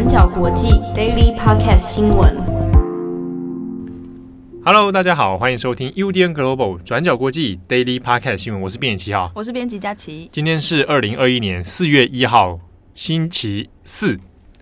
转角国际 Daily Podcast 新闻。 Hello， 大家好，欢迎收听 UDN Global 转角国际 Daily Podcast 新闻，我是编辑7号， 我是编辑佳琪。今天是2021年4月1号，星期四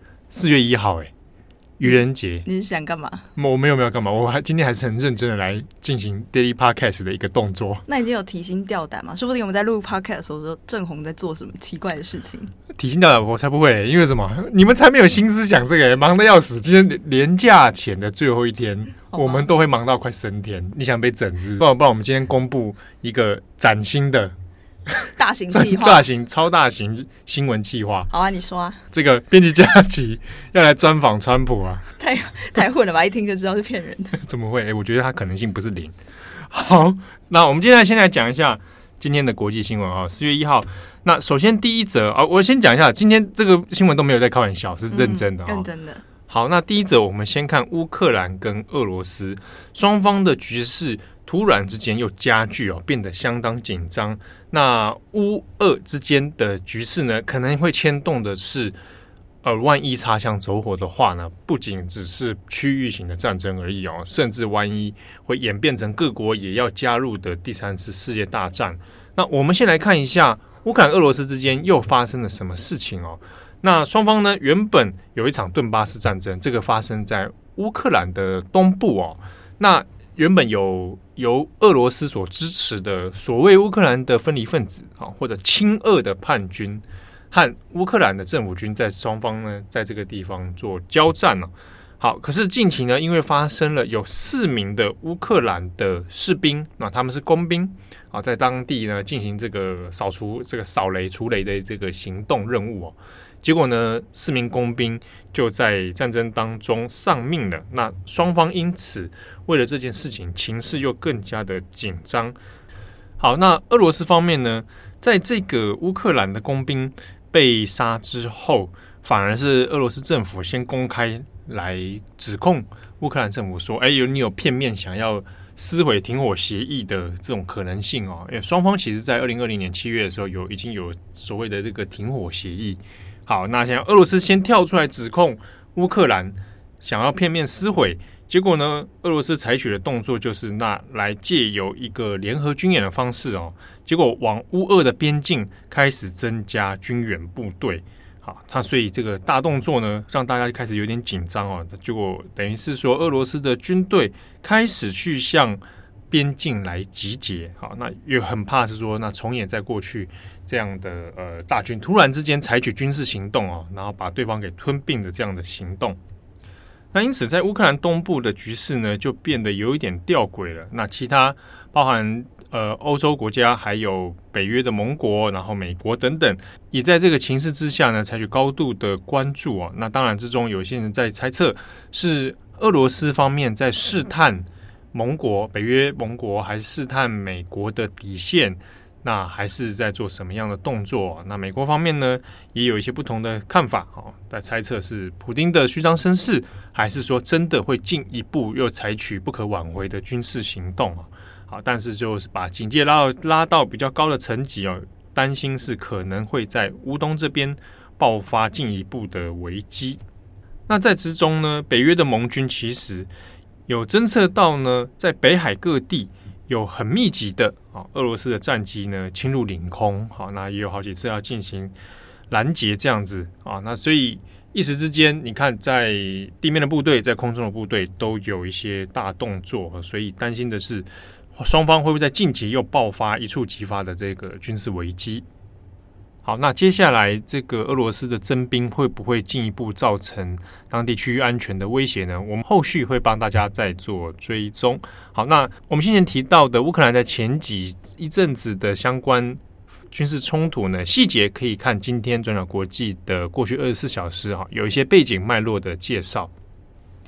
，4月1号，愚人节。 你是想干嘛？ 我没有干嘛，今天还是很认真的来进行 Daily Podcast 的一个动作。 那已经有提心吊胆吗？说不定我们在录 Podcast 的时候，郑红在做什么奇怪的事情。 提心吊胆我才不会，因为什么？你们才没有心思想这个，忙得要死。今天连假前的最后一天，我们都会忙到快升天。你想被整治？不然我们今天公布一个崭新的大型企划， 超大型新闻企划。 好啊，你说啊。这个编辑佳琪要来专访川普啊， 太混了吧！一听就知道是骗人的。 怎么会？我觉得他可能性不是零。好，那我们接下来先来讲一下今天的国际新闻啊。4月1号，那首先第一则啊，我先讲一下，今天这个新闻都没有在开玩笑，是认真的， 认真的。 好，那第一则我们先看乌克兰跟俄罗斯双方的局势突然之间又加剧变得相当紧张。那乌俄之间的局势呢，可能会牵动的是，万一擦枪走火的话呢，不仅只是区域型的战争而已甚至万一会演变成各国也要加入的第3次世界大战。那我们先来看一下乌克兰、俄罗斯之间又发生了什么事情那双方呢，原本有一场顿巴斯战争，这个发生在乌克兰的东部那原本由俄罗斯所支持的所谓乌克兰的分离分子或者亲俄的叛军和乌克兰的政府军在双方呢，在这个地方做交战好，可是近期呢，因为发生了有4名的乌克兰的士兵，那他们是工兵在当地呢进行这个扫雷除雷的这个行动任务结果呢，4名工兵就在战争当中丧命了。那双方因此为了这件事情，情势又更加的紧张。好，那俄罗斯方面呢，在这个乌克兰的工兵被杀之后，反而是俄罗斯政府先公开来指控乌克兰政府说，你有片面想要撕毁停火协议的这种可能性因为双方其实在2020年7月的时候已经有所谓的这个停火协议。好，那现在俄罗斯先跳出来指控乌克兰想要片面撕毁，结果呢，俄罗斯采取的动作就是来借由一个联合军演的方式结果往乌俄的边境开始增加军援部队。好，所以这个大动作呢，让大家开始有点紧张结果等于是说，俄罗斯的军队开始去向边境来集结。好，那也很怕是说，那重演在过去这样的大军突然之间采取军事行动然后把对方给吞并的这样的行动。那因此在乌克兰东部的局势呢，就变得有一点吊诡了。那其他包含欧洲国家，还有北约的盟国，然后美国等等，也在这个情势之下呢，采取高度的关注那当然之中有些人在猜测，是俄罗斯方面在试探盟国、北约盟国，还是试探美国的底线，那还是在做什么样的动作？那美国方面呢，也有一些不同的看法在猜测是普丁的虚张声势，还是说真的会进一步又采取不可挽回的军事行动好，但是就是把警戒拉到比较高的层级担心是可能会在乌东这边爆发进一步的危机。那在之中呢，北约的盟军其实有侦测到呢，在北海各地有很密集的俄罗斯的战机呢侵入领空，好，那也有好几次要进行拦截这样子那所以一时之间，你看在地面的部队、在空中的部队都有一些大动作，所以担心的是双方会不会在近期又爆发一触即发的这个军事危机。好，那接下来这个俄罗斯的征兵会不会进一步造成当地区域安全的威胁呢？我们后续会帮大家再做追踪。好，那我们先前提到的乌克兰在前一阵子的相关军事冲突呢，细节可以看今天转角国际的过去24小时有一些背景脉络的介绍。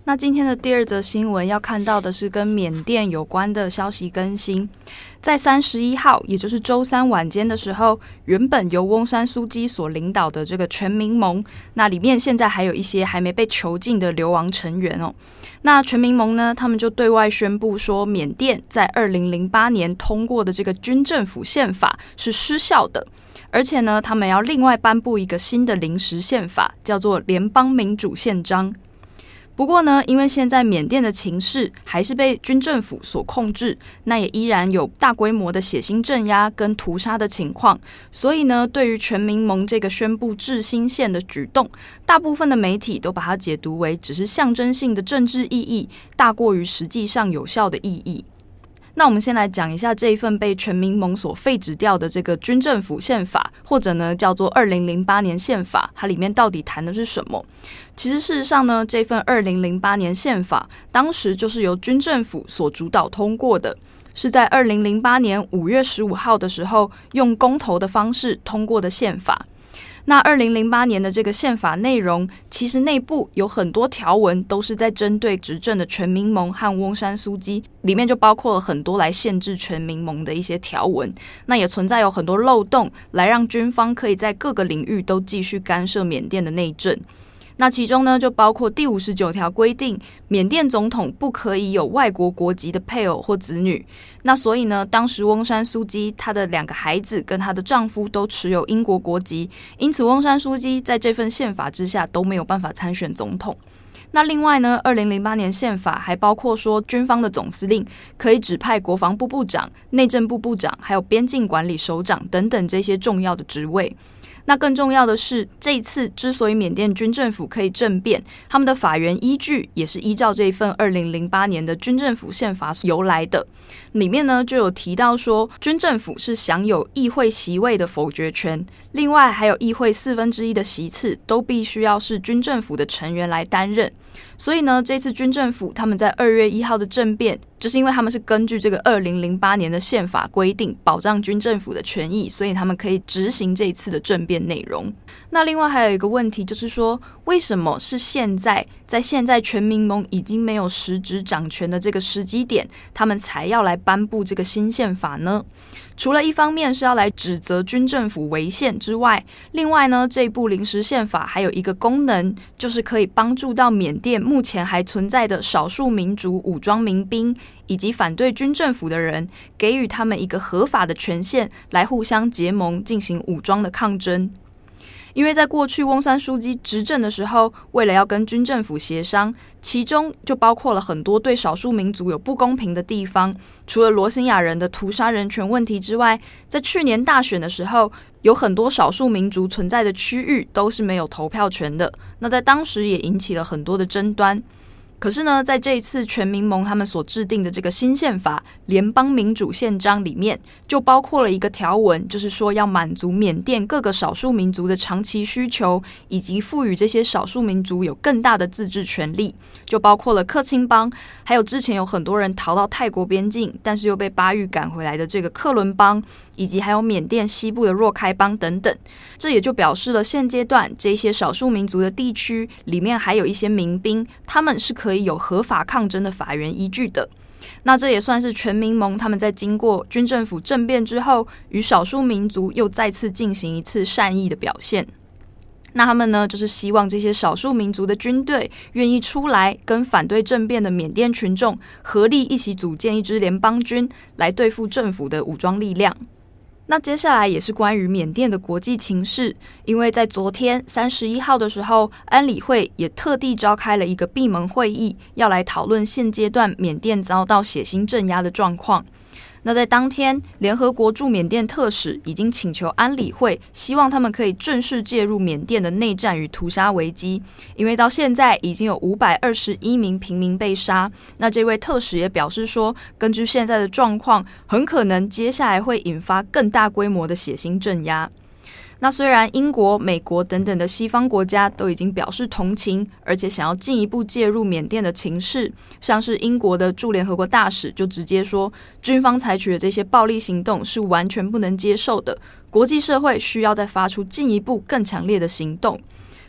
那今天的第二则新闻要看到的是跟缅甸有关的消息更新。在31号，也就是周三晚间的时候，原本由翁山苏姬所领导的这个全民盟，那里面现在还有一些还没被囚禁的流亡成员哦。那全民盟呢，他们就对外宣布说，缅甸在2008年通过的这个军政府宪法是失效的，而且呢，他们要另外颁布一个新的临时宪法，叫做联邦民主宪章。不过呢，因为现在缅甸的情势还是被军政府所控制，那也依然有大规模的血腥镇压跟屠杀的情况，所以呢，对于全民盟这个宣布制新宪的举动，大部分的媒体都把它解读为只是象征性的政治意义，大过于实际上有效的意义。那我们先来讲一下这一份被全民盟所废止掉的这个军政府宪法，或者呢叫做2008年宪法，它里面到底谈的是什么？其实事实上呢，这份2008年宪法当时就是由军政府所主导通过的，是在2008年5月15号的时候用公投的方式通过的宪法。那2008年的这个宪法内容，其实内部有很多条文都是在针对执政的全民盟和翁山苏姬，里面就包括了很多来限制全民盟的一些条文。那也存在有很多漏洞，来让军方可以在各个领域都继续干涉缅甸的内政。那其中呢，就包括第59条规定，缅甸总统不可以有外国国籍的配偶或子女。那所以呢，当时翁山苏姬她的2个孩子跟她的丈夫都持有英国国籍，因此翁山苏姬在这份宪法之下都没有办法参选总统。那另外呢，2008年宪法还包括说，军方的总司令可以指派国防部部长、内政部部长，还有边境管理首长等等这些重要的职位。那更重要的是，这一次之所以缅甸军政府可以政变，他们的法源依据也是依照这一份2008年的军政府宪法由来的。里面呢就有提到说，军政府是享有议会席位的否决权，另外还有议会1/4的席次都必须要是军政府的成员来担任。所以呢，这次军政府他们在2月1号的政变，就是因为他们是根据这个2008年的宪法规定保障军政府的权益，所以他们可以执行这一次的政变内容。那另外还有一个问题就是说，为什么是现在全民盟已经没有实质掌权的这个时机点，他们才要来颁布这个新宪法呢？除了一方面是要来指责军政府违宪之外，另外呢，这部临时宪法还有一个功能，就是可以帮助到缅甸目前还存在的少数民族武装民兵以及反对军政府的人，给予他们一个合法的权限，来互相结盟进行武装的抗争。因为在过去翁山苏姬执政的时候，为了要跟军政府协商，其中就包括了很多对少数民族有不公平的地方。除了罗兴亚人的屠杀人权问题之外，在去年大选的时候，有很多少数民族存在的区域都是没有投票权的。那在当时也引起了很多的争端。可是呢，在这一次全民盟他们所制定的这个新宪法联邦民主宪章里面，就包括了一个条文，就是说要满足缅甸各个少数民族的长期需求，以及赋予这些少数民族有更大的自治权利，就包括了克钦邦，还有之前有很多人逃到泰国边境，但是又被巴育赶回来的这个克伦邦，以及还有缅甸西部的若开邦等等。这也就表示了现阶段这些少数民族的地区里面还有一些民兵，他们是可以有合法抗争的法源依据的。那这也算是全民盟他们在经过军政府政变之后，与少数民族又再次进行一次善意的表现。那他们呢，就是希望这些少数民族的军队愿意出来跟反对政变的缅甸群众合力一起组建一支联邦军，来对付政府的武装力量。那接下来也是关于缅甸的国际情势，因为在昨天31号的时候，安理会也特地召开了一个闭门会议，要来讨论现阶段缅甸遭到血腥镇压的状况。那在当天，联合国驻缅甸特使已经请求安理会，希望他们可以正式介入缅甸的内战与屠杀危机，因为到现在已经有521名平民被杀。那这位特使也表示说，根据现在的状况，很可能接下来会引发更大规模的血腥镇压。那虽然英国、美国等等的西方国家都已经表示同情，而且想要进一步介入缅甸的情势，像是英国的驻联合国大使就直接说，军方采取的这些暴力行动是完全不能接受的，国际社会需要再发出进一步更强烈的行动。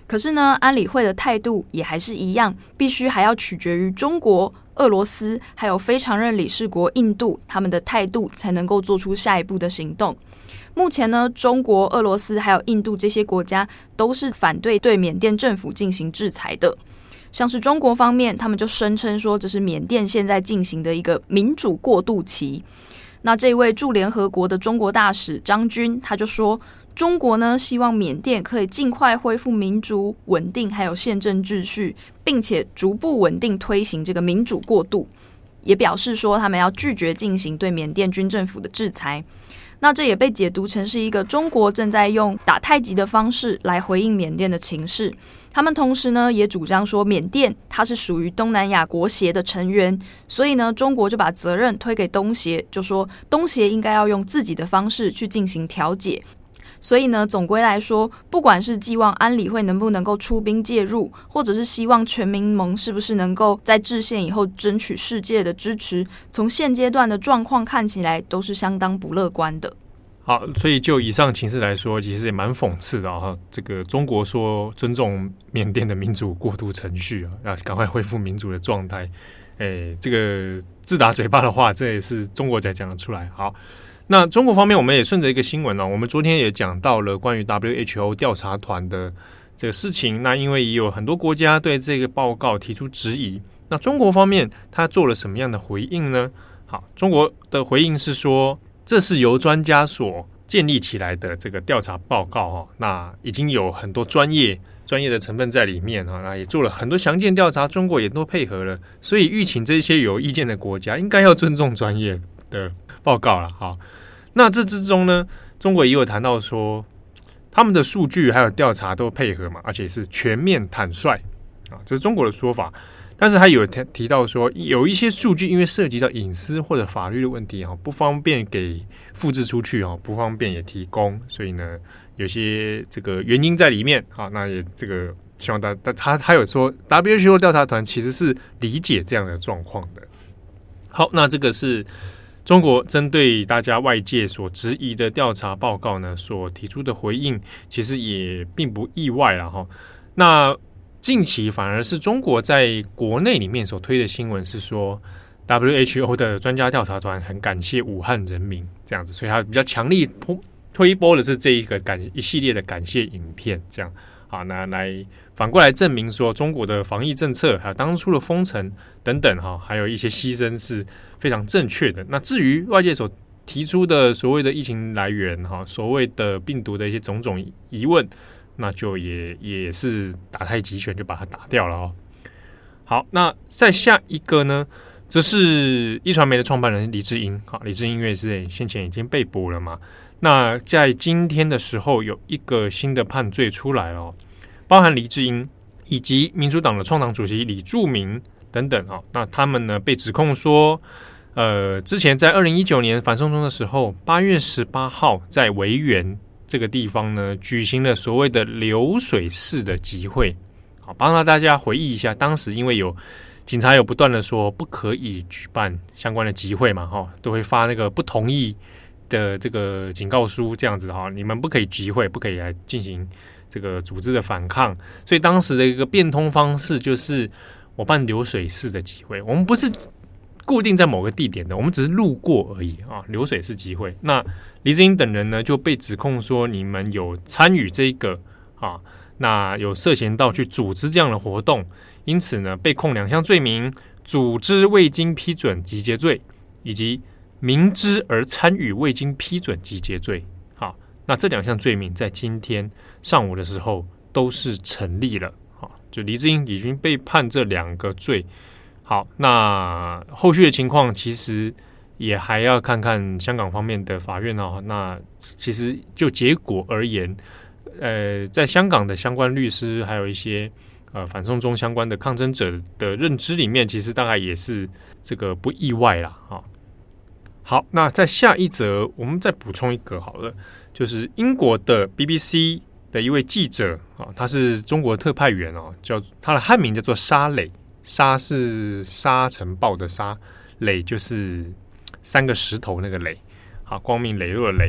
可是呢，安理会的态度也还是一样，必须还要取决于中国、俄罗斯还有非常任理事国印度他们的态度，才能够做出下一步的行动。目前呢，中国、俄罗斯还有印度这些国家都是反对对缅甸政府进行制裁的。像是中国方面，他们就声称说这是缅甸现在进行的一个民主过渡期。那这位驻联合国的中国大使张军他就说，中国呢希望缅甸可以尽快恢复民主、稳定还有宪政秩序，并且逐步稳定推行这个民主过渡，也表示说他们要拒绝进行对缅甸军政府的制裁。那这也被解读成是一个中国正在用打太极的方式来回应缅甸的情势。他们同时呢也主张说，缅甸它是属于东南亚国协的成员，所以呢中国就把责任推给东协，就说东协应该要用自己的方式去进行调解。所以呢，总归来说，不管是寄望安理会能不能够出兵介入，或者是希望全民盟是不是能够在制宪以后争取世界的支持，从现阶段的状况看起来都是相当不乐观的。 好，所以就以上情势来说，其实也蛮讽刺的啊。这个中国说尊重缅甸的民主过渡程序啊，要赶快恢复民主的状态。这个自打嘴巴的话，这也是中国才讲得出来。好。那中国方面，我们也顺着一个新闻我们昨天也讲到了关于 WHO 调查团的这个事情。那因为也有很多国家对这个报告提出质疑，那中国方面他做了什么样的回应呢？好，中国的回应是说，这是由专家所建立起来的这个调查报告那已经有很多专业的成分在里面那也做了很多详尽调查，中国也都配合了，所以预请这些有意见的国家应该要尊重专业的报告了。好。那这之中呢，中国也有谈到说，他们的数据还有调查都配合嘛，而且是全面坦率这是中国的说法。但是还有提到说，有一些数据因为涉及到隐私或者法律的问题不方便给复制出去不方便也提供，所以呢，有些这个原因在里面那也这个希望他有说 WHO 调查团其实是理解这样的状况的。好，那这个是中国针对大家外界所质疑的调查报告呢，所提出的回应，其实也并不意外啦那近期反而是中国在国内里面所推的新闻是说 ，WHO 的专家调查团很感谢武汉人民这样子，所以他比较强力推播的是这一系列的感谢影片，这样那来反过来证明说，中国的防疫政策还有当初的封城等等还有一些牺牲是非常正确的。那至于外界所提出的所谓的疫情来源所谓的病毒的一些种种疑问，那就也是打太极拳就把它打掉了好，那再下一个呢，则是一传媒的创办人黎智英。黎智英因为是先前已经被捕了嘛，那在今天的时候有一个新的判罪出来了包含黎智英以及民主党的创党主席李柱铭等等那他们呢被指控说，之前在2019年反送中的时候，8月18号在维园这个地方呢举行了所谓的流水式的集会。好，帮大家回忆一下，当时因为有警察有不断的说不可以举办相关的集会嘛都会发那个不同意的这个警告书这样子你们不可以集会，不可以来进行这个组织的反抗，所以当时的一个变通方式就是我办流水式的集会，我们不是固定在某个地点的，我们只是路过而已流水式集会。那黎智英等人呢就被指控说，你们有参与这个那有涉嫌到去组织这样的活动，因此呢被控2项罪名：组织未经批准集结罪，以及明知而参与未经批准集结罪。好，那这2项罪名在今天上午的时候都是成立了。好，就黎智英已经被判这2个罪。好，那后续的情况其实也还要看看香港方面的法院那其实就结果而言，在香港的相关律师还有一些反送中相关的抗争者的认知里面，其实大概也是这个不意外啦好，那在下一则我们再补充一个好了，就是英国的 BBC 的一位记者他是中国特派员叫他的汉名叫做沙磊，沙是沙尘暴的沙，磊就是3个石头那个磊，光明磊落的磊。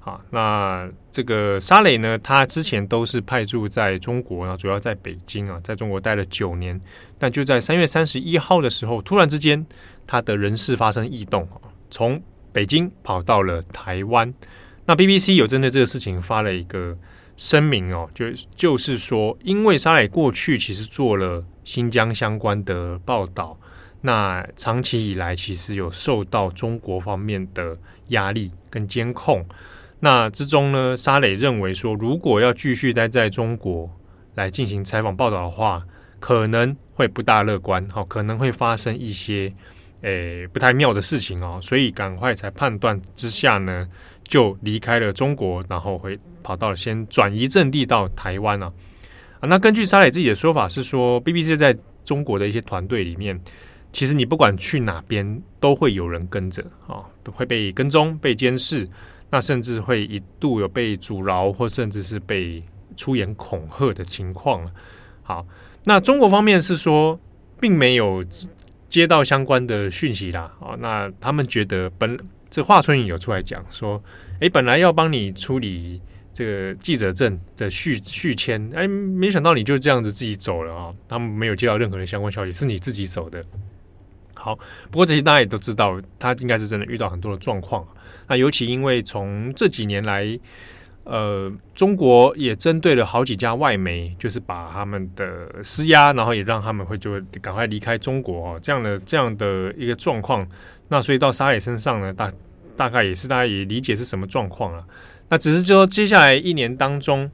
好，那这个沙磊呢，他之前都是派驻在中国，然后主要在北京啊，在中国待了9年，但就在3月31号的时候，突然之间他的人事发生异动，从北京跑到了台湾。那 BBC 有针对这个事情发了一个声明哦，就是说，因为沙磊过去其实做了新疆相关的报道，那长期以来其实有受到中国方面的压力跟监控。那之中呢，沙磊认为说，如果要继续待在中国来进行采访报道的话，可能会不大乐观，可能会发生一些不太妙的事情哦，所以赶快才判断之下呢，就离开了中国，然后跑到了先转移阵地到台湾啊。那根据沙磊自己的说法是说 ，BBC 在中国的一些团队里面，其实你不管去哪边，都会有人跟着啊，会被跟踪、被监视。那甚至会一度有被阻挠，或甚至是被出言恐吓的情况。好，那中国方面是说，并没有接到相关的讯息啦。那他们觉得这华春莹有出来讲说，本来要帮你处理这个记者证的续签，没想到你就这样子自己走了啊！他们没有接到任何的相关消息，是你自己走的。好，不过这些大家也都知道，他应该是真的遇到很多的状况。那尤其因为从这几年来，中国也针对了好几家外媒，就是把他们的施压，然后也让他们就赶快离开中国这样的一个状况。那所以到沙磊身上呢，大概也是大家也理解是什么状况了。那只是说接下来1年当中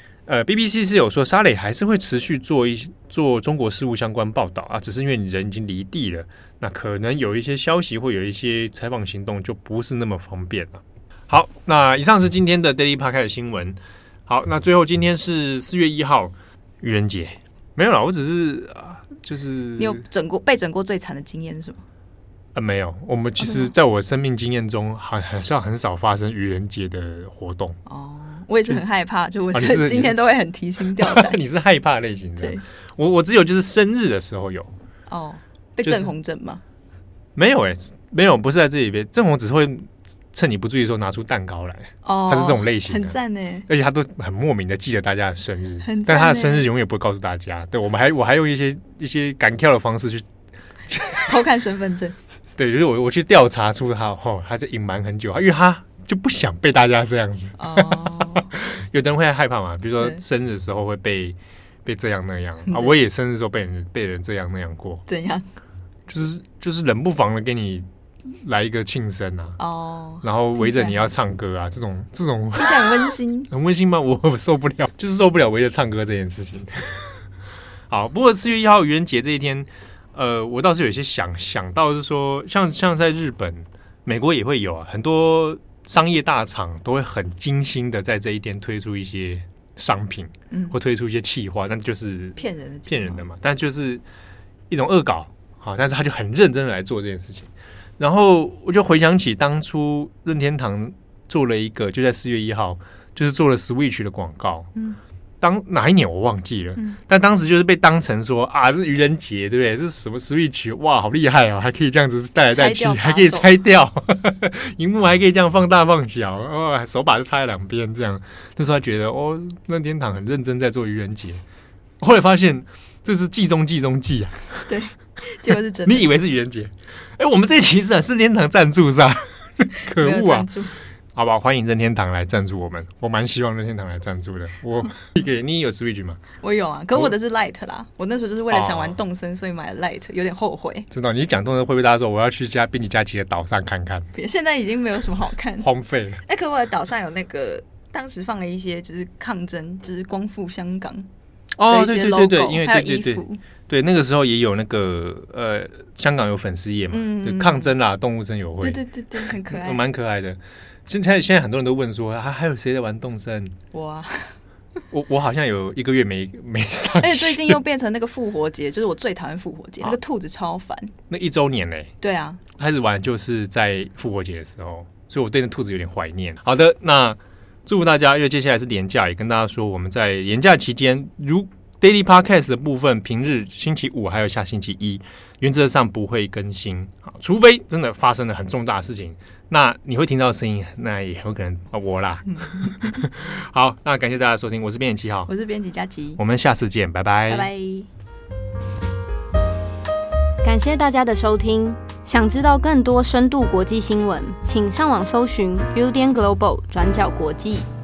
，BBC 是有说沙磊还是会持续做中国事务相关报道啊，只是因为你人已经离地了，那可能有一些消息或有一些采访行动就不是那么方便了。好，那以上是今天的 Daily Podcast 的新闻。好，那最后今天是4月1号，愚人节。没有啦，我只是就是你有被整过最惨的经验是什么？ 没有，我们其实在我生命经验中，好像很少发生愚人节的活动。哦， 我也是很害怕，就我今天都会很提心吊胆。 你是害怕类型的？ 对， 我只有就是生日的时候有。 哦，被郑红整吗？ 没有没有，不是在这里边。郑红只会趁你不注意的时候拿出蛋糕来。哦，他是这种类型的， 很赞呢。 而且他都很莫名的记得大家的生日，但他的生日永远不会告诉大家。对，我还用一些赶跳的方式去偷看身份证。 对，就是我去调查出他后，他就隐瞒很久，因为他就不想被大家这样子。有的人会害怕嘛，比如说生日的时候会被这样那样啊，我也生日的时候被人这样那样过。 怎样？ 就是冷不防的给你来一个庆生啊，然后围着你要唱歌啊，这种听起来很温馨， 很温馨吗？我受不了，就是受不了围着唱歌这件事情。好，不过4月1号愚人节这一天。我倒是有些想到是说，像在日本、美国也会有很多商业大厂都会很精心的在这一天推出一些商品，或推出一些企划，但就是骗人的嘛，但就是一种恶搞，但是他就很认真的来做这件事情。然后我就回想起当初任天堂做了一个，就在4月1号，就是做了 Switch 的广告，当哪一年我忘记了，但当时就是被当成说这是愚人节，对不对？这是什么 Switch？ 哇，好厉害哦，还可以这样子带来带去，还可以拆掉，萤幕还可以这样放大放小，手把就插在两边这样。那时候他觉得任天堂很认真在做愚人节，后来发现这是计中计啊， 对，结果是真的。 你以为是愚人节？我们这一期是任天堂赞助上，可恶啊！好不好？欢迎任天堂来赞助我们，我蛮希望任天堂来赞助的。你有 Switch 吗？ 我有啊，可我的是 Lite 啦。我那时候就是为了想玩动森，所以买了 Lite， 有点后悔。 真的，你讲动森会不会大家说我要去宾尼加奇的岛上看看？ 现在已经没有什么好看， 荒废了。 可我的岛上有那个，当时放了一些就是抗争，就是光复香港的一些 logo， 因为还有衣服。 对，那个时候也有那个香港有粉丝页嘛，抗争啦，动物森友会， 对，很可爱， 蛮可爱的。现在很多人都问说，还有谁在玩动森？我好像有1个月没上去， 而且最近又变成那个复活节，就是我最讨厌复活节，那个兔子超烦。 那1周年嘞？对啊， 开始玩就是在复活节的时候，所以我对那兔子有点怀念。好的，那祝福大家，因为接下来是连假，也跟大家说我们在连假期间，如 Daily Podcast 的部分，平日星期5还有下星期1，原则上不会更新，除非真的发生了很重大的事情， 那你会听到的声音，那也有可能我啦。好，那感谢大家的收听，我是编辑7号， 我是编辑佳琪， 我们下次见，拜拜， 拜拜。 感谢大家的收听。想知道更多深度国际新闻，请上网搜寻 Building Global 转角国际。